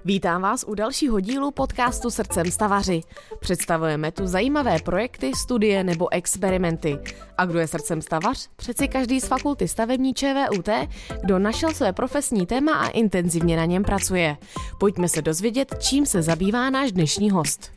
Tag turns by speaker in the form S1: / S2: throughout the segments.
S1: Vítám vás u dalšího dílu podcastu Srdcem stavaři. Představujeme tu zajímavé projekty, studie nebo experimenty. A kdo je srdcem stavař? Přeci každý z fakulty stavební ČVUT, kdo našel své profesní téma a intenzivně na něm pracuje. Pojďme se dozvědět, čím se zabývá náš dnešní host.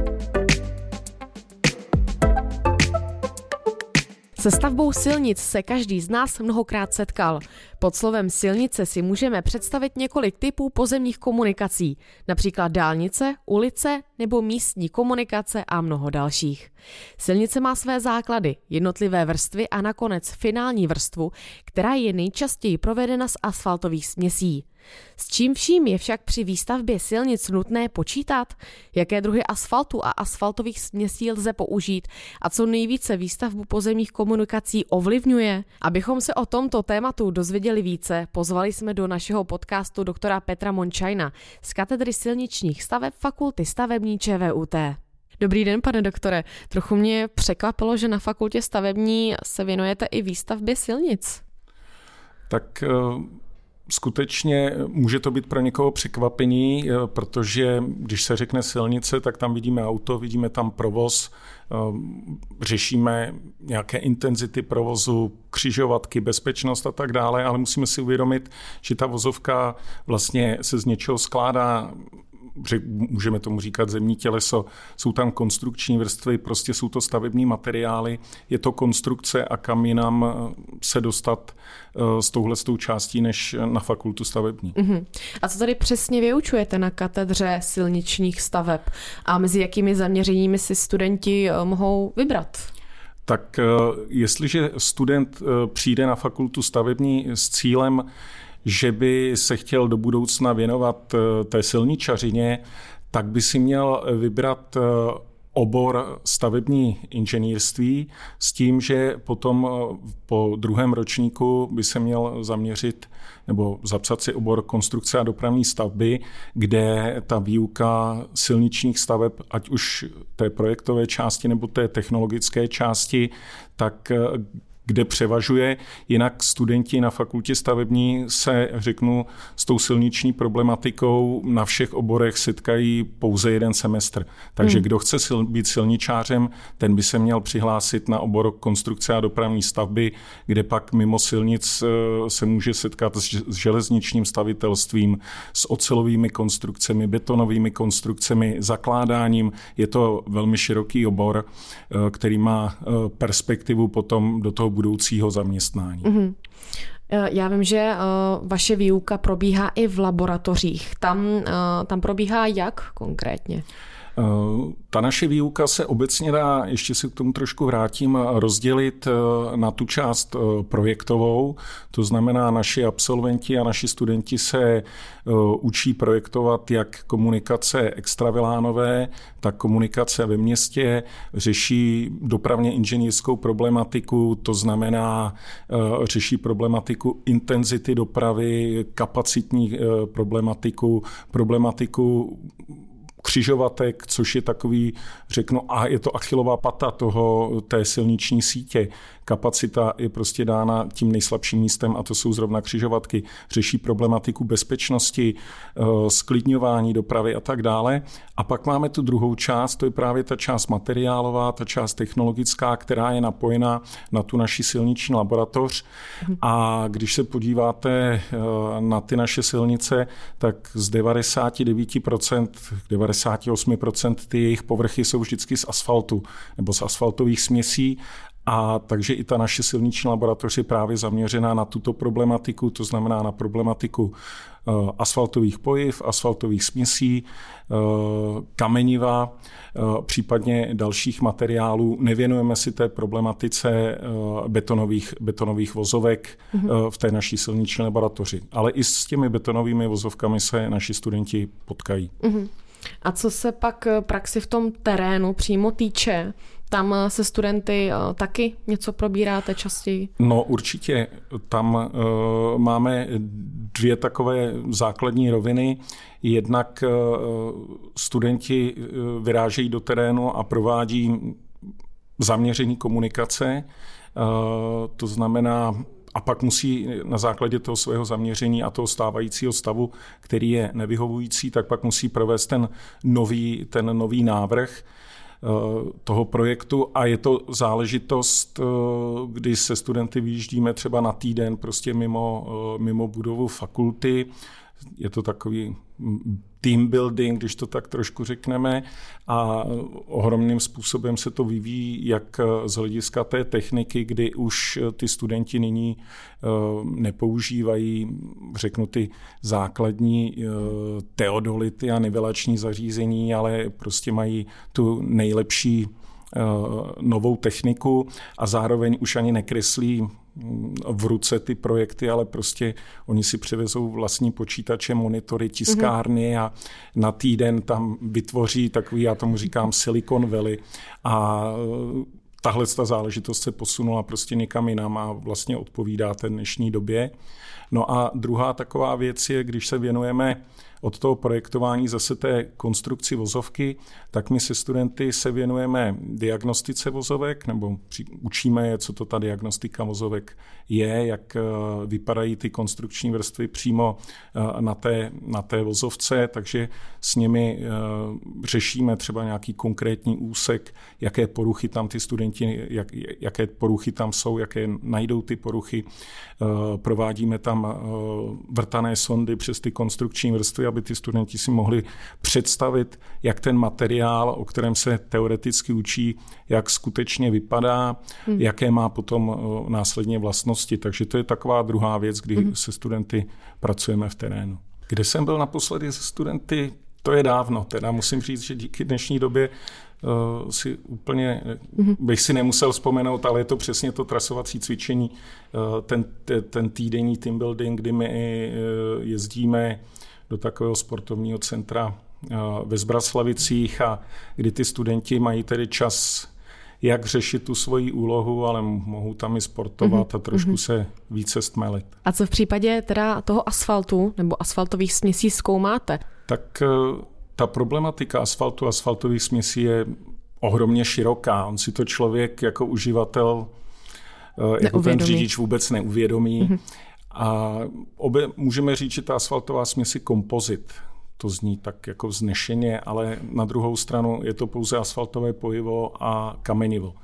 S1: Se stavbou silnic se každý z nás mnohokrát setkal. Pod slovem silnice si můžeme představit několik typů pozemních komunikací, například dálnice, ulice nebo místní komunikace a mnoho dalších. Silnice má své základy, jednotlivé vrstvy a nakonec finální vrstvu, která je nejčastěji provedena z asfaltových směsí. S čím vším je však při výstavbě silnic nutné počítat? Jaké druhy asfaltu a asfaltových směsí lze použít? A co nejvíce výstavbu pozemních komunikací ovlivňuje? Abychom se o tomto tématu dozvěděli více, pozvali jsme do našeho podcastu doktora Petra Mončajna z katedry silničních staveb Fakulty stavební ČVUT. Dobrý den, pane doktore. Trochu mě překvapilo, že na fakultě stavební se věnujete i výstavbě silnic.
S2: Tak skutečně může to být pro někoho překvapení, protože když se řekne silnice, tak tam vidíme auto, vidíme tam provoz, řešíme nějaké intenzity provozu, křižovatky, bezpečnost a tak dále, ale musíme si uvědomit, že ta vozovka vlastně se z něčeho skládá. Můžeme tomu říkat zemní těleso, jsou tam konstrukční vrstvy, prostě jsou to stavební materiály, je to konstrukce a kam jinam se dostat s touhletou částí než na fakultu stavební.
S1: Uh-huh. A co tady přesně vyučujete na katedře silničních staveb a mezi jakými zaměřeními si studenti mohou vybrat?
S2: Tak jestliže student přijde na fakultu stavební s cílem, že by se chtěl do budoucna věnovat té silničařině, tak by si měl vybrat obor stavební inženýrství s tím, že potom po druhém ročníku by se měl zaměřit nebo zapsat si obor konstrukce a dopravní stavby, kde ta výuka silničních staveb, ať už té projektové části nebo té technologické části, tak kde převažuje. Jinak studenti na fakultě stavební se, řeknu, s tou silniční problematikou na všech oborech setkají pouze jeden semestr. Takže kdo chce být silničářem, ten by se měl přihlásit na obor konstrukce a dopravní stavby, kde pak mimo silnic se může setkat s železničním stavitelstvím, s ocelovými konstrukcemi, betonovými konstrukcemi, zakládáním. Je to velmi široký obor, který má perspektivu potom do toho budoucího zaměstnání. Mm-hmm.
S1: Já vím, že vaše výuka probíhá i v laboratořích. Tam probíhá jak konkrétně?
S2: Ta naše výuka se obecně dá, ještě se k tomu trošku vrátím, rozdělit na tu část projektovou, to znamená naši absolventi a naši studenti se učí projektovat jak komunikace extravilánové, tak komunikace ve městě, řeší dopravně inženýrskou problematiku, to znamená řeší problematiku intenzity dopravy, kapacitní problematiku křižovatek, což je takový, řeknu, a je to achillová pata té silniční sítě. Kapacita je prostě dána tím nejslabším místem a to jsou zrovna křižovatky. Řeší problematiku bezpečnosti, sklidňování dopravy a tak dále. A pak máme tu druhou část, to je právě ta část materiálová, ta část technologická, která je napojena na tu naši silniční laboratoř. A když se podíváte na ty naše silnice, tak z 99%, 98% ty jejich povrchy jsou vždycky z asfaltu nebo z asfaltových směsí. A takže i ta naše silniční laboratoř je právě zaměřená na tuto problematiku, to znamená na problematiku asfaltových pojiv, asfaltových směsí, kameniva, případně dalších materiálů. Nevěnujeme si té problematice betonových vozovek v té naší silniční laboratoři, ale i s těmi betonovými vozovkami se naši studenti potkají.
S1: A co se pak praxi v tom terénu přímo týče? Tam se studenty taky něco probíráte častěji?
S2: No určitě. Tam máme dvě takové základní roviny. Jednak studenti vyrážejí do terénu a provádí zaměření komunikace. To znamená a pak musí na základě toho svého zaměření a toho stávajícího stavu, který je nevyhovující, tak pak musí provést ten nový návrh toho projektu a je to záležitost, kdy se studenty vyjíždíme třeba na týden prostě mimo budovu fakulty. Je to takový team building, když to tak trošku řekneme, a ohromným způsobem se to vyvíjí jak z hlediska té techniky, kdy už ty studenti nyní nepoužívají, řeknu, ty základní teodolity a nivelační zařízení, ale prostě mají tu nejlepší novou techniku a zároveň už ani nekreslí v ruce ty projekty, ale prostě oni si přivezou vlastní počítače, monitory, tiskárny a na týden tam vytvoří takový, já tomu říkám Silicon Valley, a tahle záležitost se posunula prostě někam jinam a vlastně odpovídá té dnešní době. No a druhá taková věc je, když se věnujeme od toho projektování zase té konstrukci vozovky, tak my se studenty se věnujeme diagnostice vozovek, nebo učíme je, co to ta diagnostika vozovek je, jak vypadají ty konstrukční vrstvy přímo na té vozovce, takže s nimi řešíme třeba nějaký konkrétní úsek, jaké poruchy tam ty studenti, jaké poruchy tam jsou, jaké najdou ty poruchy. Provádíme tam vrtané sondy přes ty konstrukční vrstvy, aby ty studenti si mohli představit, jak ten materiál, o kterém se teoreticky učí, jak skutečně vypadá, jaké má potom následně vlastnosti. Takže to je taková druhá věc, kdy se studenty pracujeme v terénu. Kde jsem byl naposledy se studenty, to je dávno. Teda musím říct, že díky dnešní době si úplně, bych si nemusel vzpomenout, ale je to přesně to trasovací cvičení, ten týdenní team building, kdy my jezdíme do takového sportovního centra ve Zbraslavicích a kdy ty studenti mají tedy čas, jak řešit tu svoji úlohu, ale mohou tam i sportovat a trošku se více stmelit.
S1: A co v případě teda toho asfaltu nebo asfaltových směsí zkoumáte?
S2: Tak ta problematika asfaltových směsí je ohromně široká. On si to člověk jako uživatel, jako ten řidič vůbec neuvědomí. A můžeme říct, že ta asfaltová směs je kompozit. To zní tak jako vznešeně, ale na druhou stranu je to pouze asfaltové pojivo a kamenivo.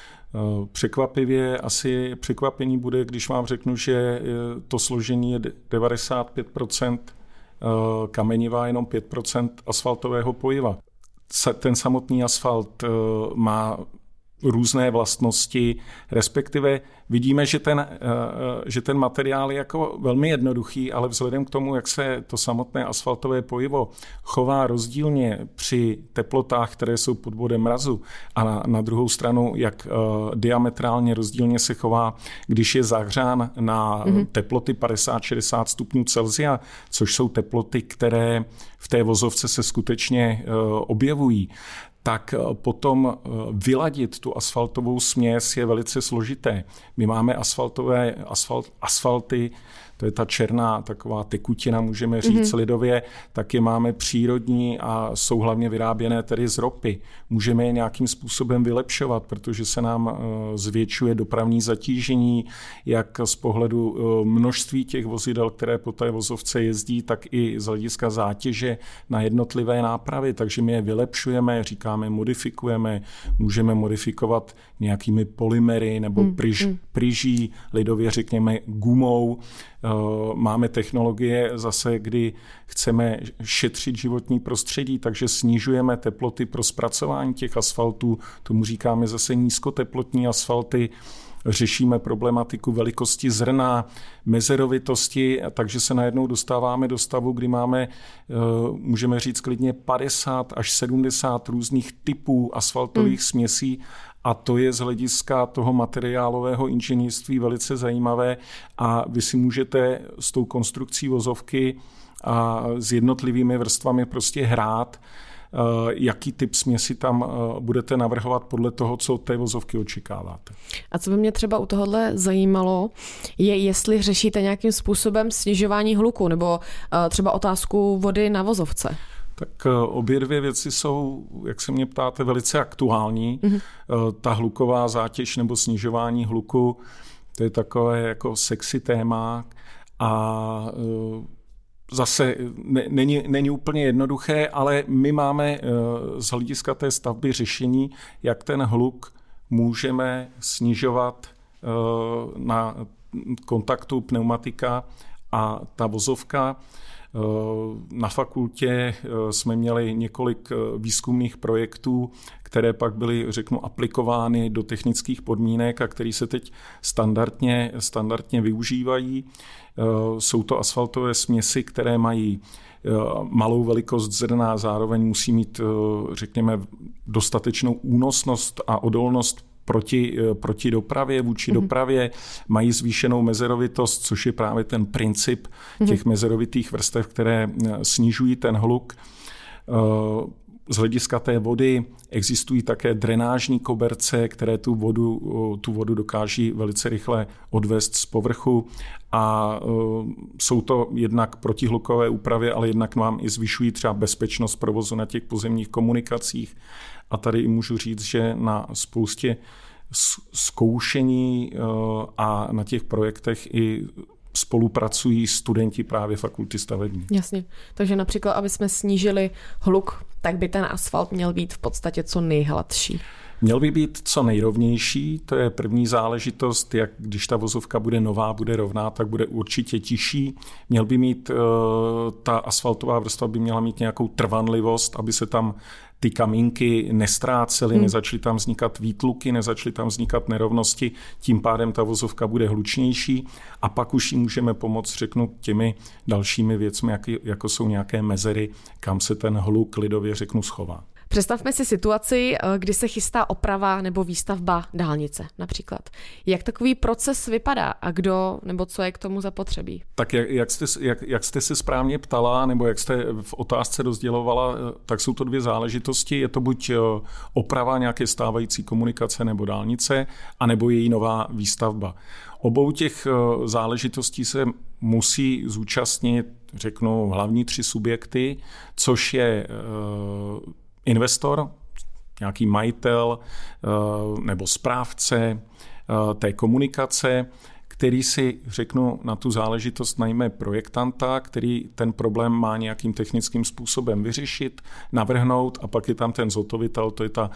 S2: Překvapení bude, když vám řeknu, že to složení je 95% kameniva, jenom 5% asfaltového pojiva. Ten samotný asfalt má různé vlastnosti, respektive vidíme, že ten materiál je jako velmi jednoduchý, ale vzhledem k tomu, jak se to samotné asfaltové pojivo chová rozdílně při teplotách, které jsou pod bodem mrazu, a na druhou stranu, jak diametrálně rozdílně se chová, když je zahřán na teploty 50-60 stupňů Celsia, což jsou teploty, které v té vozovce se skutečně objevují, tak potom vyladit tu asfaltovou směs je velice složité. My máme asfalty, to je ta černá taková tekutina, můžeme říct lidově, tak je máme přírodní a jsou hlavně vyráběné tedy z ropy. Můžeme je nějakým způsobem vylepšovat, protože se nám zvětšuje dopravní zatížení, jak z pohledu množství těch vozidel, které po té vozovce jezdí, tak i z hlediska zátěže na jednotlivé nápravy. Takže my je vylepšujeme, říkáme modifikujeme, můžeme modifikovat nějakými polymery nebo pryží, lidově řekněme gumou. Máme technologie zase, kdy chceme šetřit životní prostředí, takže snižujeme teploty pro zpracování těch asfaltů. Tomu říkáme zase nízkoteplotní asfalty. Řešíme problematiku velikosti zrna, mezerovitosti, takže se najednou dostáváme do stavu, kdy máme, můžeme říct klidně 50 až 70 různých typů asfaltových směsí, a to je z hlediska toho materiálového inženýrství velice zajímavé a vy si můžete s tou konstrukcí vozovky a s jednotlivými vrstvami prostě hrát, jaký typ směsi tam budete navrhovat podle toho, co od té vozovky očekáváte.
S1: A co by mě třeba u tohohle zajímalo, je, jestli řešíte nějakým způsobem snižování hluku nebo třeba otázku vody na vozovce.
S2: Tak obě dvě věci jsou, jak se mě ptáte, velice aktuální. Ta hluková zátěž nebo snižování hluku, To je takové jako sexy téma a zase není úplně jednoduché, ale my máme z hlediska té stavby řešení, jak ten hluk můžeme snižovat na kontaktu pneumatika a ta vozovka. Na fakultě jsme měli několik výzkumných projektů, které pak byly, řeknu, aplikovány do technických podmínek a které se teď standardně využívají. Jsou to asfaltové směsi, které mají malou velikost zrna, zároveň musí mít, řekněme, dostatečnou únosnost a odolnost proti dopravě, vůči dopravě, mají zvýšenou mezerovitost, což je právě ten princip těch mezerovitých vrstev, které snižují ten hluk. Z hlediska té vody existují také drenážní koberce, které tu vodu dokáží velice rychle odvést z povrchu a jsou to jednak protihlukové úpravy, ale jednak nám i zvyšují třeba bezpečnost provozu na těch pozemních komunikacích. A tady i můžu říct, že na spoustě zkoušení a na těch projektech i spolupracují studenti právě fakulty stavební.
S1: Jasně. Takže například, aby jsme snížili hluk, tak by ten asfalt měl být v podstatě co nejhladší.
S2: Měl by být co nejrovnější, to je první záležitost, jak když ta vozovka bude nová, bude rovná, tak bude určitě tižší. Měl by mít, ta asfaltová vrstva by měla mít nějakou trvanlivost, aby se tam ty kamínky nestrácely, nezačaly tam vznikat výtluky, nezačaly tam vznikat nerovnosti, tím pádem ta vozovka bude hlučnější a pak už jí můžeme pomoct, řeknu, těmi dalšími věcmi, jako jsou nějaké mezery, kam se ten hluk lidově, řeknu, schová.
S1: Představme si situaci, kdy se chystá oprava nebo výstavba dálnice například. Jak takový proces vypadá a kdo nebo co je k tomu zapotřebí?
S2: Tak jak jste se správně ptala nebo jak jste v otázce rozdělovala, tak jsou to dvě záležitosti. Je to buď oprava nějaké stávající komunikace nebo dálnice, anebo její nová výstavba. Obou těch záležitostí se musí zúčastnit, řeknu, hlavní 3 subjekty, což je investor, nějaký majitel nebo správce té komunikace, který si, řeknu, na tu záležitost najme projektanta, který ten problém má nějakým technickým způsobem vyřešit, navrhnout a pak je tam ten zhotovitel, to je ta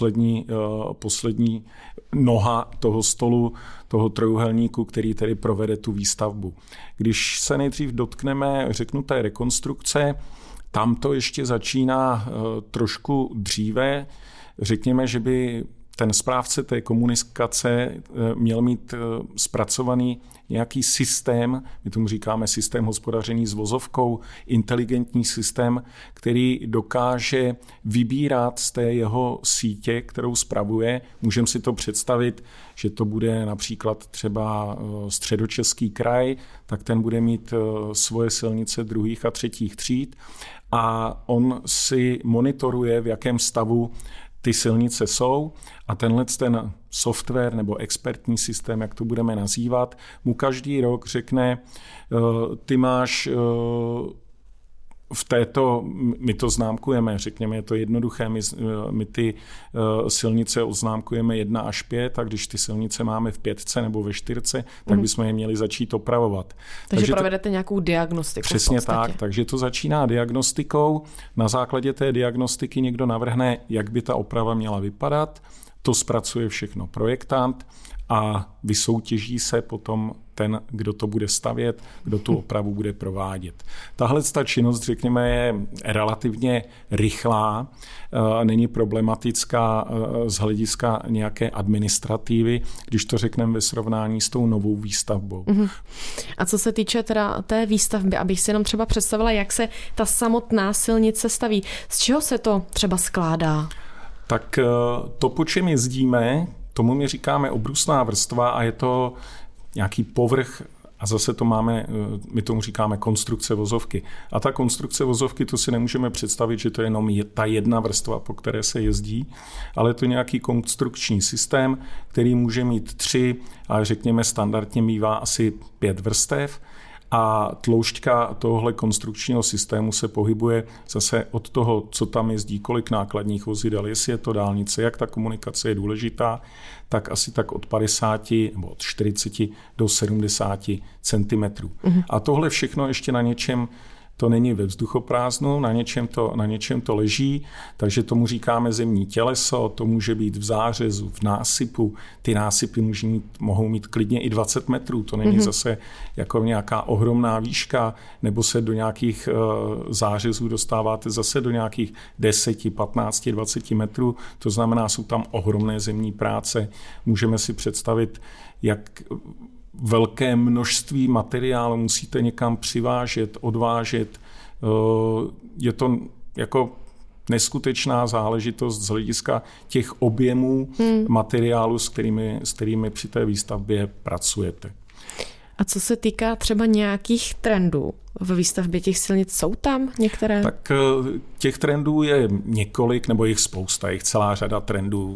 S2: poslední noha toho stolu, toho trojuhelníku, který tedy provede tu výstavbu. Když se nejdřív dotkneme, řeknu, té rekonstrukce, tam to ještě začíná trošku dříve. Řekněme, že by ten správce té komunikace měl mít zpracovaný nějaký systém, my tomu říkáme systém hospodaření s vozovkou, inteligentní systém, který dokáže vybírat z té jeho sítě, kterou spravuje. Můžeme si to představit, že to bude například třeba Středočeský kraj, tak ten bude mít svoje silnice 2. a 3. tříd a on si monitoruje, v jakém stavu ty silnice jsou a ten software nebo expertní systém, jak to budeme nazývat, mu každý rok řekne, ty máš my to známkujeme, řekněme, je to jednoduché, my ty silnice oznámkujeme 1 až 5 a když ty silnice máme v 5 nebo ve 4, tak bychom je měli začít opravovat.
S1: Takže provedete nějakou diagnostiku.
S2: Přesně tak, takže to začíná diagnostikou. Na základě té diagnostiky někdo navrhne, jak by ta oprava měla vypadat, to zpracuje všechno projektant a vysoutěží se potom ten, kdo to bude stavět, kdo tu opravu bude provádět. Tahle činnost, řekněme, je relativně rychlá, není problematická z hlediska nějaké administrativy, když to řekneme ve srovnání s tou novou výstavbou.
S1: A co se týče teda té výstavby, abych si jenom třeba představila, jak se ta samotná silnice staví, z čeho se to třeba skládá?
S2: Tak to, po čem jezdíme, tomu my říkáme obrusná vrstva a je to nějaký povrch a zase my tomu říkáme konstrukce vozovky. A ta konstrukce vozovky, to si nemůžeme představit, že to je jenom ta jedna vrstva, po které se jezdí, ale je to nějaký konstrukční systém, který může mít 3, ale řekněme standardně mívá asi 5 vrstev a tloušťka tohohle konstrukčního systému se pohybuje zase od toho, co tam jezdí, kolik nákladních vozidel, jestli je to dálnice, jak ta komunikace je důležitá, tak asi tak od 50 nebo od 40 do 70 cm. A tohle všechno ještě na něčem, to není ve vzduchoprázdnu, na něčem to leží, takže tomu říkáme zemní těleso, to může být v zářezu, v násypu. Ty násypy mohou mít klidně i 20 metrů, to není zase jako nějaká ohromná výška, nebo se do nějakých zářezů dostáváte zase do nějakých 10, 15, 20 metrů, to znamená, jsou tam ohromné zemní práce. Můžeme si představit, jak velké množství materiálu musíte někam přivážet, odvážet. Je to jako neskutečná záležitost z hlediska těch objemů materiálu, s kterými při té výstavbě pracujete.
S1: A co se týká třeba nějakých trendů ve výstavbě těch silnic, jsou tam některé?
S2: Tak těch trendů je několik, nebo jich spousta, jich celá řada trendů.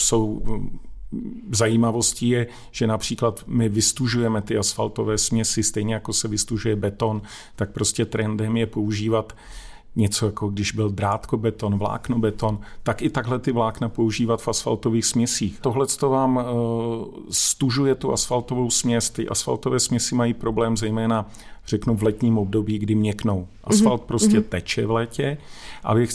S2: Zajímavostí je, že například my vystužujeme ty asfaltové směsi, stejně jako se vystužuje beton, tak prostě trendem je používat něco jako když byl drátkobeton, vláknobeton, tak i takhle ty vlákna používat v asfaltových směsích. Tohleto vám stužuje tu asfaltovou směs. Ty asfaltové směsi mají problém zejména, řeknu, v letním období, kdy měknou. Asfalt prostě teče v létě a vy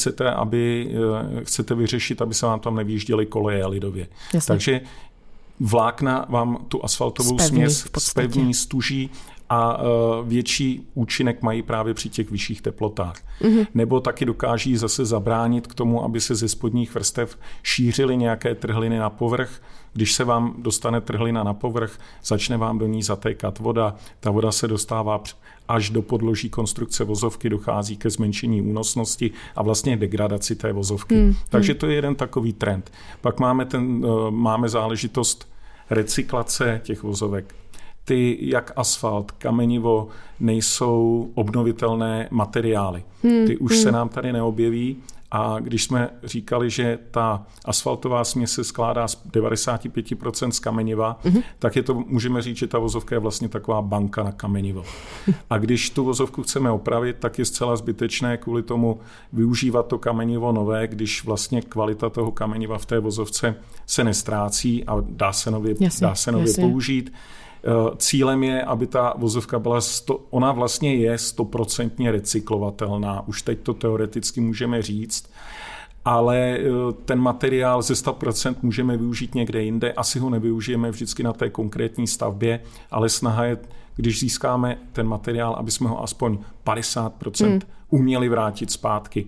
S2: chcete vyřešit, aby se vám tam nevýjížděly koleje lidově.
S1: Jasně.
S2: Takže vlákna vám tu asfaltovou směs zpevní, stuží a větší účinek mají právě při těch vyšších teplotách. Nebo taky dokáží zase zabránit k tomu, aby se ze spodních vrstev šířily nějaké trhliny na povrch. Když se vám dostane trhlina na povrch, začne vám do ní zatékat voda, ta voda se dostává až do podloží konstrukce vozovky, dochází ke zmenšení únosnosti a vlastně degradaci té vozovky. Takže to je jeden takový trend. Pak máme záležitost recyklace těch vozovek. Ty, jak asfalt, kamenivo, nejsou obnovitelné materiály. Ty už se nám tady neobjeví a když jsme říkali, že ta asfaltová směs se skládá z 95% z kameniva, tak můžeme říct, že ta vozovka je vlastně taková banka na kamenivo. A když tu vozovku chceme opravit, tak je zcela zbytečné kvůli tomu využívat to kamenivo nové, když vlastně kvalita toho kameniva v té vozovce se nestrácí a dá se nově použít. Cílem je, aby ta vozovka byla, ona vlastně je 100% recyklovatelná. Už teď to teoreticky můžeme říct, ale ten materiál ze 100% můžeme využít někde jinde. Asi ho nevyužijeme vždycky na té konkrétní stavbě, ale snaha je, když získáme ten materiál, aby jsme ho aspoň 50% uměli vrátit zpátky.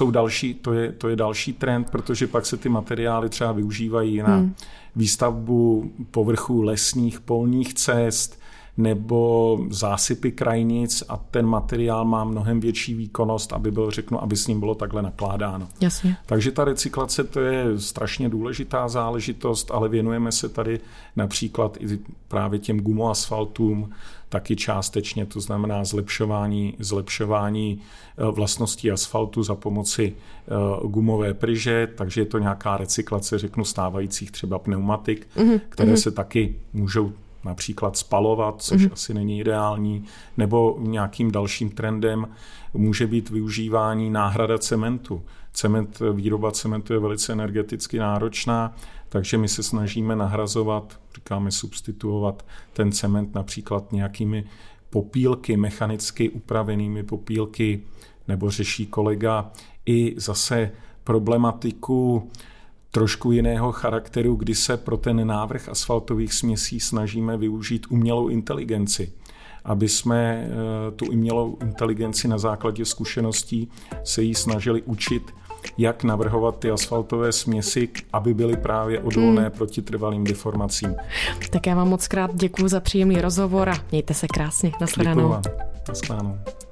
S2: To je další trend, protože pak se ty materiály třeba využívají na výstavbu povrchů lesních, polních cest nebo zásypy krajnic a ten materiál má mnohem větší výkonnost, aby s ním bylo takhle nakládáno.
S1: Jasně.
S2: Takže ta recyklace, to je strašně důležitá záležitost, ale věnujeme se tady například i právě těm gumoasfaltům, taky částečně, to znamená zlepšování vlastností asfaltu za pomoci gumové pryže, takže je to nějaká recyklace, řeknu, stávajících třeba pneumatik, které se taky můžou například spalovat, což asi není ideální, nebo nějakým dalším trendem může být využívání náhrada cementu. Výroba cementu je velice energeticky náročná, takže my se snažíme nahrazovat, říkáme substituovat ten cement například nějakými popílky, mechanicky upravenými popílky, nebo řeší kolega i zase problematiku trošku jiného charakteru, kdy se pro ten návrh asfaltových směsí snažíme využít umělou inteligenci. Aby jsme tu umělou inteligenci na základě zkušeností se jí snažili učit, jak navrhovat ty asfaltové směsi, aby byly právě odolné proti trvalým deformacím.
S1: Tak já vám moc krát děkuju za příjemný rozhovor a mějte se krásně. Nashledanou.
S2: Děkuju vám. Nashledanou.